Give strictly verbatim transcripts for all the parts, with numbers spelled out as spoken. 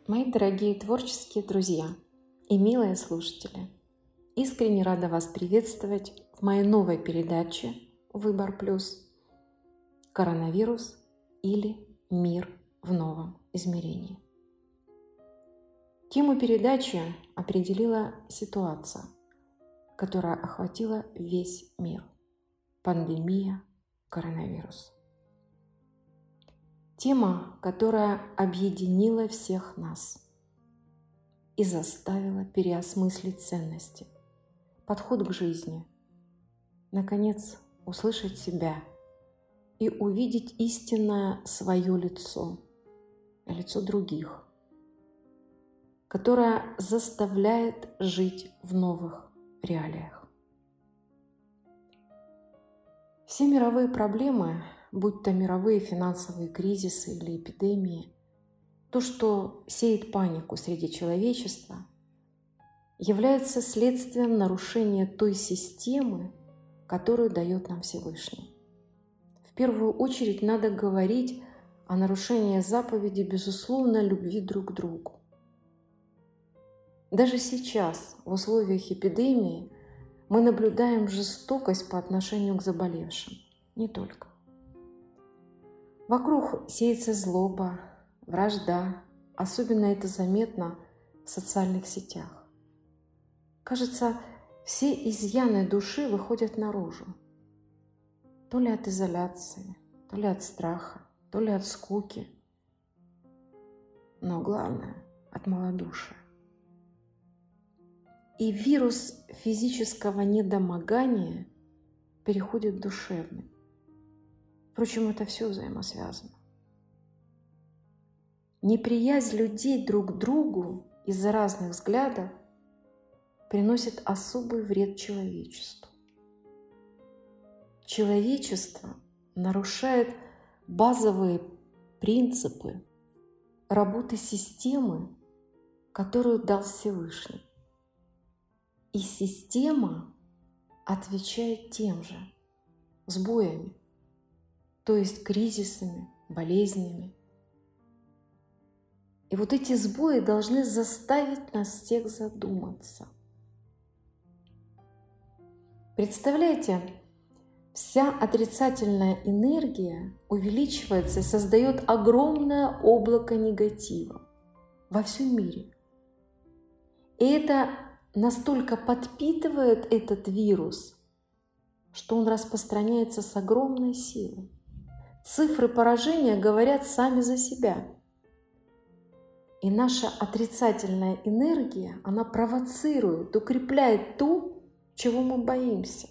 Мои дорогие творческие друзья и милые слушатели, искренне рада вас приветствовать в моей новой передаче «Выбор плюс. Коронавирус или мир в новом измерении». Тему передачи определила ситуация, которая охватила весь мир – пандемия коронавируса. Тема, которая объединила всех нас и заставила переосмыслить ценности, подход к жизни, наконец, услышать себя и увидеть истинное свое лицо, лицо других, которое заставляет жить в новых реалиях. Все мировые проблемы, будь то мировые финансовые кризисы или эпидемии, то, что сеет панику среди человечества, является следствием нарушения той системы, которую дает нам Всевышний. В первую очередь надо говорить о нарушении заповеди, безусловно, любви друг к другу. Даже сейчас, в условиях эпидемии, мы наблюдаем жестокость по отношению к заболевшим. Не только. Вокруг сеется злоба, вражда. Особенно это заметно в социальных сетях. Кажется, все изъяны души выходят наружу. То ли от изоляции, то ли от страха, то ли от скуки. Но главное – от малодушия. И вирус физического недомогания переходит в душевный. Впрочем, это все взаимосвязано. Неприязнь людей друг к другу из-за разных взглядов приносит особый вред человечеству. Человечество нарушает базовые принципы работы системы, которую дал Всевышний. И система отвечает тем же сбоями, то есть кризисами, болезнями. И вот эти сбои должны заставить нас всех задуматься. Представляете, вся отрицательная энергия увеличивается и создает огромное облако негатива во всем мире. И это настолько подпитывает этот вирус, что он распространяется с огромной силой. Цифры поражения говорят сами за себя. И наша отрицательная энергия, она провоцирует, укрепляет то, чего мы боимся.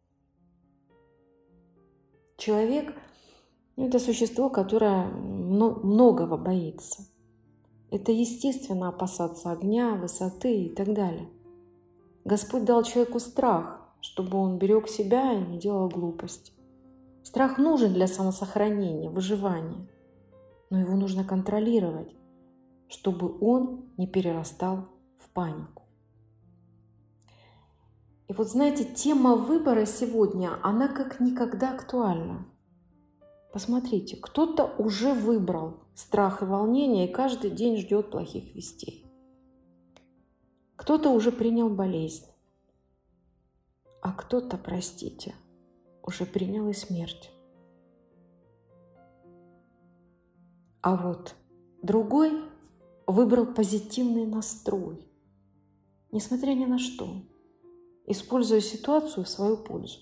Человек – это существо, которое многого боится. Это естественно опасаться огня, высоты и так далее. Господь дал человеку страх, чтобы он берег себя и не делал глупости. Страх нужен для самосохранения, выживания, но его нужно контролировать, чтобы он не перерастал в панику. И вот знаете, тема выбора сегодня, она как никогда актуальна. Посмотрите, кто-то уже выбрал страх и волнение и каждый день ждет плохих вестей. Кто-то уже принял болезнь, а кто-то, простите, уже принял и смерть. А вот другой выбрал позитивный настрой, несмотря ни на что, используя ситуацию в свою пользу.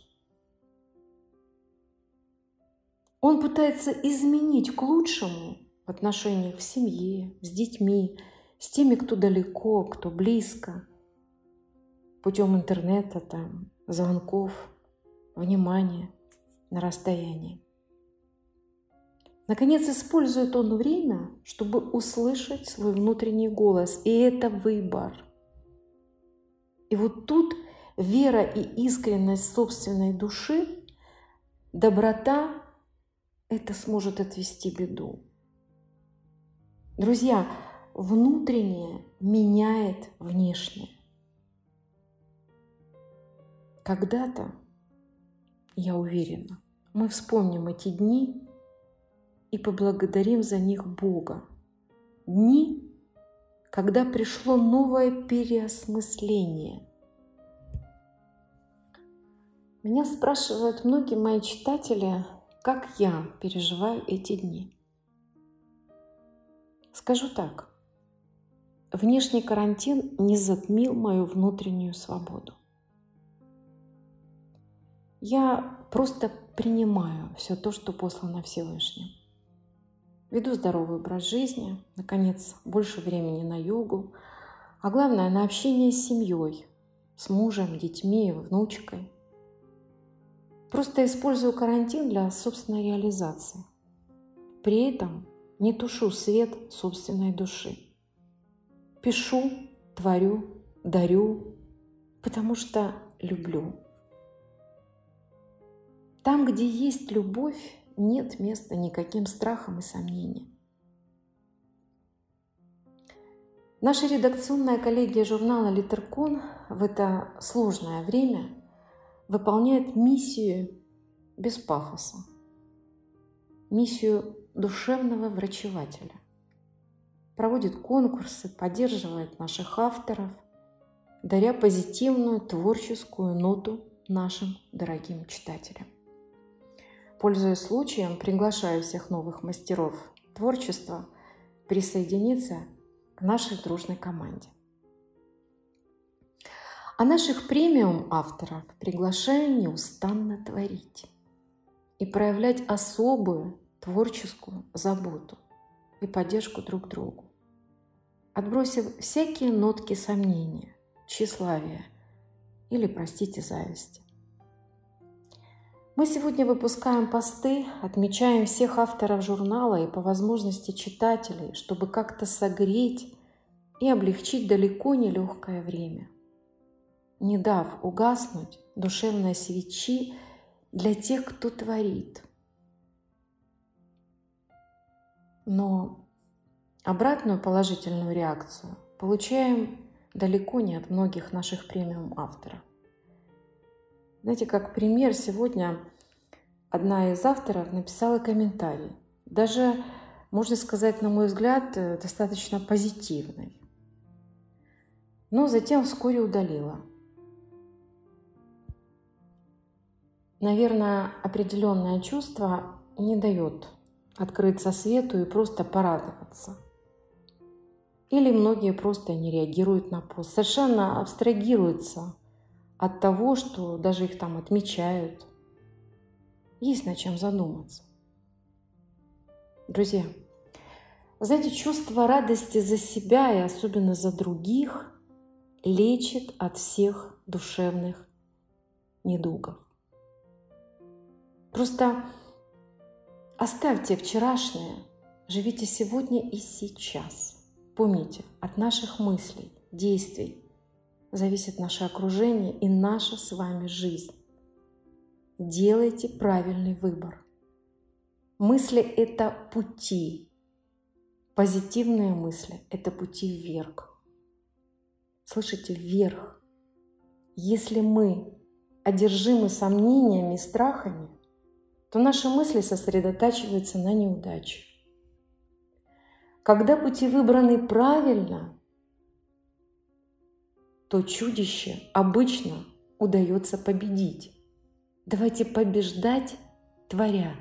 Он пытается изменить к лучшему в отношениях в семье, с детьми, с теми, кто далеко, кто близко, путем интернета, там, звонков, внимания на расстоянии. Наконец, использует он время, чтобы услышать свой внутренний голос, и это выбор. И вот тут вера и искренность собственной души, доброта – это сможет отвести беду. Друзья, внутреннее меняет внешнее. Когда-то, я уверена, мы вспомним эти дни и поблагодарим за них Бога. Дни, когда пришло новое переосмысление. Меня спрашивают многие мои читатели, как я переживаю эти дни. Скажу так. Внешний карантин не затмил мою внутреннюю свободу. Я просто принимаю все то, что послано Всевышним. Веду здоровый образ жизни, наконец, больше времени на йогу, а главное, на общение с семьей, с мужем, детьми, внучкой. Просто использую карантин для собственной реализации. При этом не тушу свет собственной души. Пишу, творю, дарю, потому что люблю. Там, где есть любовь, нет места никаким страхам и сомнениям. Наша редакционная коллегия журнала «Литеркон» в это сложное время выполняет миссию без пафоса, миссию душевного врачевателя. Проводит конкурсы, поддерживает наших авторов, даря позитивную творческую ноту нашим дорогим читателям. Пользуясь случаем, приглашаю всех новых мастеров творчества присоединиться к нашей дружной команде. А наших премиум-авторов приглашаю неустанно творить и проявлять особую творческую заботу и поддержку друг другу, отбросив всякие нотки сомнения, тщеславия или, простите, зависти. Мы сегодня выпускаем посты, отмечаем всех авторов журнала и по возможности читателей, чтобы как-то согреть и облегчить далеко не легкое время, не дав угаснуть душевной свечи для тех, кто творит. Но обратную положительную реакцию получаем далеко не от многих наших премиум-авторов. Знаете, как пример, сегодня одна из авторов написала комментарий, даже, можно сказать, на мой взгляд, достаточно позитивный, но затем вскоре удалила. Наверное, определенное чувство не дает открыться свету и просто порадоваться. Или многие просто не реагируют на пост, совершенно абстрагируются от того, что даже их там отмечают. Есть над чем задуматься. Друзья, знаете, чувство радости за себя и особенно за других лечит от всех душевных недугов. Просто оставьте вчерашнее, живите сегодня и сейчас. Помните, от наших мыслей, действий зависит наше окружение и наша с вами жизнь. Делайте правильный выбор. Мысли – это пути. Позитивные мысли – это пути вверх. Слышите, вверх. Если мы одержимы сомнениями и страхами, то наши мысли сосредотачиваются на неудаче. Когда пути выбраны правильно, то чудище обычно удается победить. Давайте побеждать, творя.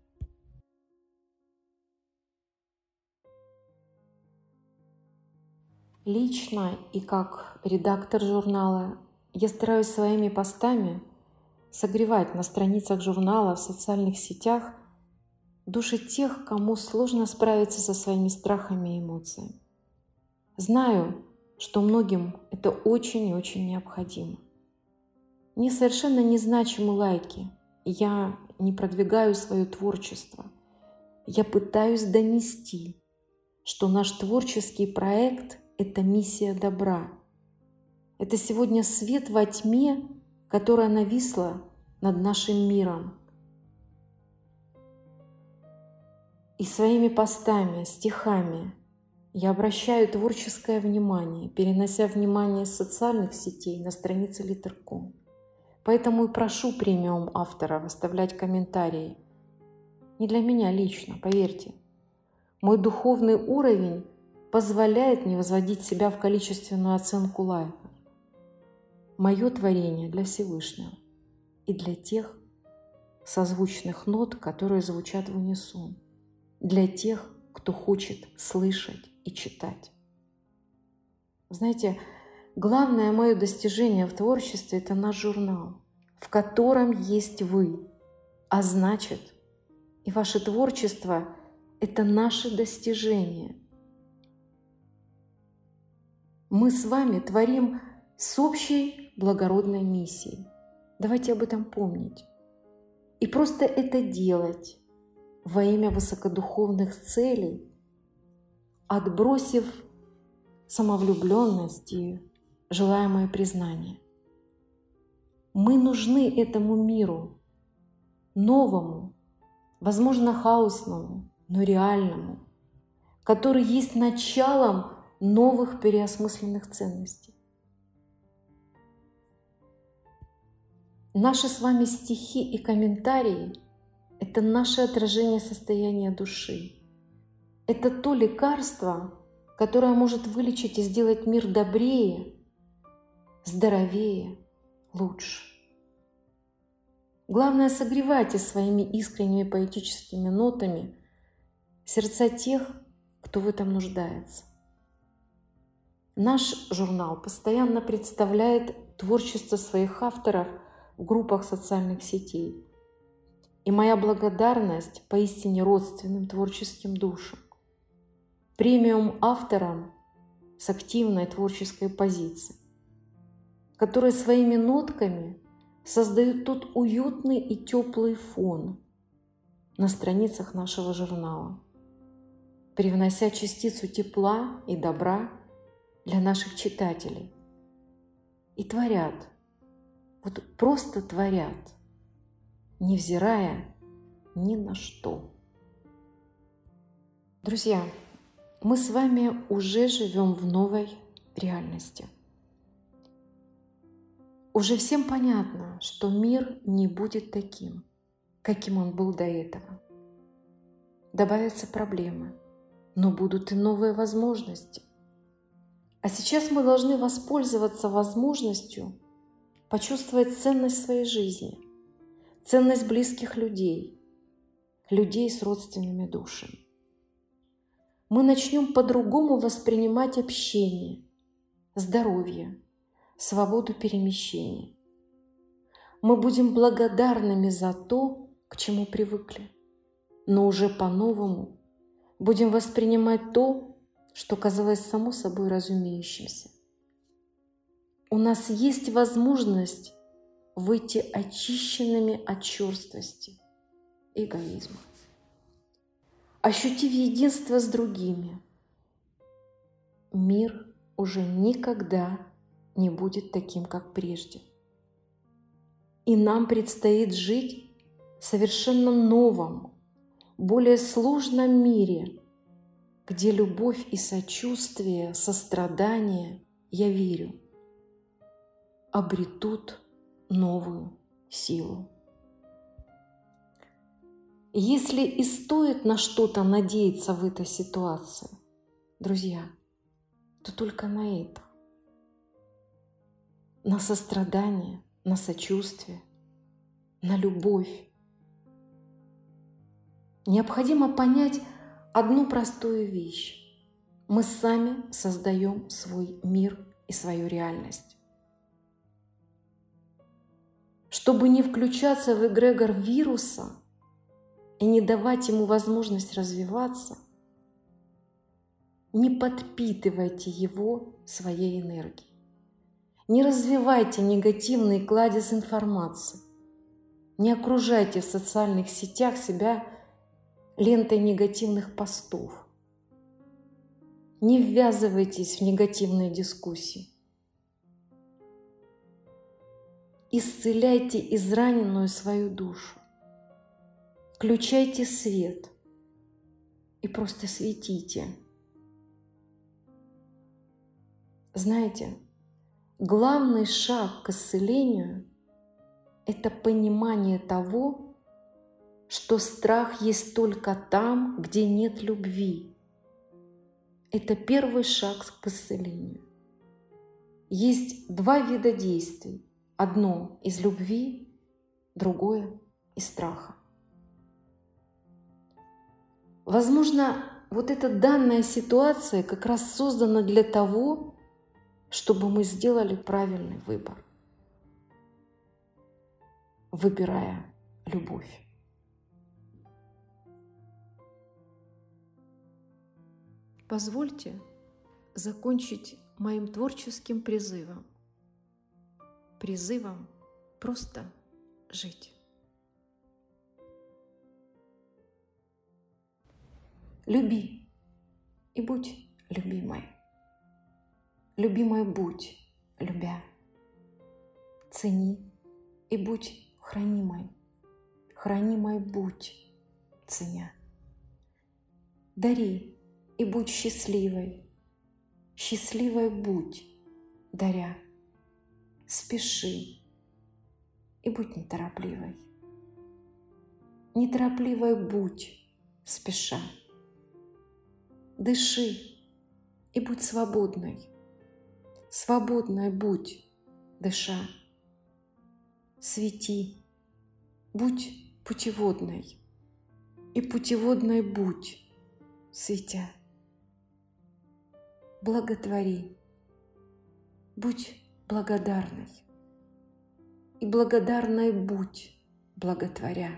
Лично и как редактор журнала я стараюсь своими постами согревать на страницах журнала, в социальных сетях души тех, кому сложно справиться со своими страхами и эмоциями. Знаю, что многим это очень и очень необходимо. Мне совершенно незначимы лайки. Я не продвигаю свое творчество. Я пытаюсь донести, что наш творческий проект – это миссия добра. Это сегодня свет во тьме, которая нависла над нашим миром. И своими постами, стихами я обращаю творческое внимание, перенося внимание с социальных сетей на страницы Литеркон. Поэтому и прошу премиум авторов оставлять комментарии. Не для меня лично, поверьте. Мой духовный уровень позволяет не возводить себя в количественную оценку лайков. Мое творение для Всевышнего и для тех созвучных нот, которые звучат в унисон, для тех, кто хочет слышать и читать. Знаете, главное мое достижение в творчестве – это наш журнал, в котором есть вы, а значит, и ваше творчество – это наше достижение. Мы с вами творим с общей благородной миссией. Давайте об этом помнить. И просто это делать во имя высокодуховных целей, отбросив самовлюбленность и желаемое признание. Мы нужны этому миру, новому, возможно, хаосному, но реальному, который есть началом новых переосмысленных ценностей. Наши с вами стихи и комментарии – это наше отражение состояния души. Это то лекарство, которое может вылечить и сделать мир добрее, здоровее, лучше. Главное, согревайте своими искренними поэтическими нотами сердца тех, кто в этом нуждается. Наш журнал постоянно представляет творчество своих авторов в группах социальных сетей. И моя благодарность поистине родственным творческим душам, премиум авторам с активной творческой позицией, которые своими нотками создают тот уютный и теплый фон на страницах нашего журнала, привнося частицу тепла и добра для наших читателей. И творят, вот просто творят, невзирая ни на что. Друзья, мы с вами уже живем в новой реальности. Уже всем понятно, что мир не будет таким, каким он был до этого. Добавятся проблемы, но будут и новые возможности. А сейчас мы должны воспользоваться возможностью почувствовать ценность своей жизни, ценность близких людей, людей с родственными душами. Мы начнем по-другому воспринимать общение, здоровье, свободу перемещений. Мы будем благодарными за то, к чему привыкли, но уже по-новому будем воспринимать то, что казалось само собой разумеющимся. У нас есть возможность выйти очищенными от черствости, эгоизма, ощутив единство с другими. Мир уже никогда не будет таким, как прежде. И нам предстоит жить в совершенно новом, более сложном мире, где любовь и сочувствие, сострадание, я верю, обретут новую силу. Если и стоит на что-то надеяться в этой ситуации, друзья, то только на это. На сострадание, на сочувствие, на любовь. Необходимо понять одну простую вещь. Мы сами создаем свой мир и свою реальность. Чтобы не включаться в эгрегор вируса и не давать ему возможность развиваться, не подпитывайте его своей энергией. Не развивайте негативный кладезь информации. Не окружайте в социальных сетях себя лентой негативных постов. Не ввязывайтесь в негативные дискуссии. Исцеляйте израненную свою душу. Включайте свет и просто светите. Знаете, главный шаг к исцелению – это понимание того, что страх есть только там, где нет любви. – это первый шаг к исцелению. Есть два вида действий. Одно из любви, другое из страха. Возможно, вот эта данная ситуация как раз создана для того, чтобы мы сделали правильный выбор, выбирая любовь. Позвольте закончить моим творческим призывом. Призывом просто жить. Люби и будь любимой. Любимой будь, любя. Цени и будь хранимой. Хранимой будь, ценя. Дари и будь счастливой. Счастливой будь, даря. Спеши и будь неторопливой. Неторопливой будь, спеша. Дыши и будь свободной. Свободной будь, дыша. Свети, будь путеводной. И путеводной будь, светя. Благотвори, будь благодарной. И благодарной будь, благотворя.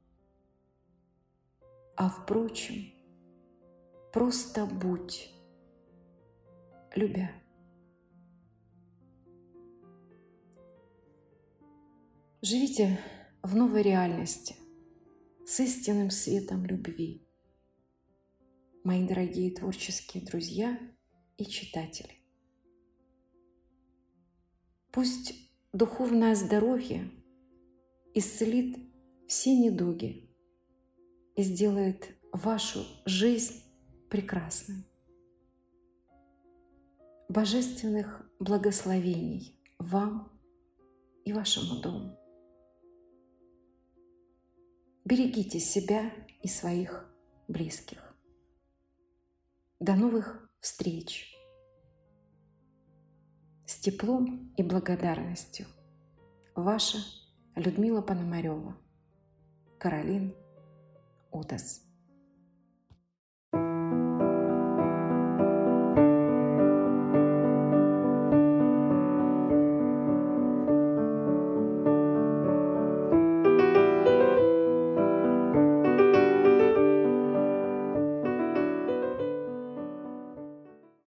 А впрочем, просто будь, любя. Живите в новой реальности с истинным светом любви, мои дорогие творческие друзья и читатели. Пусть духовное здоровье исцелит все недуги и сделает вашу жизнь прекрасной. Божественных благословений вам и вашему дому. Берегите себя и своих близких. До новых встреч! С теплом и благодарностью. Ваша Людмила Пономарева. Каролин Удас.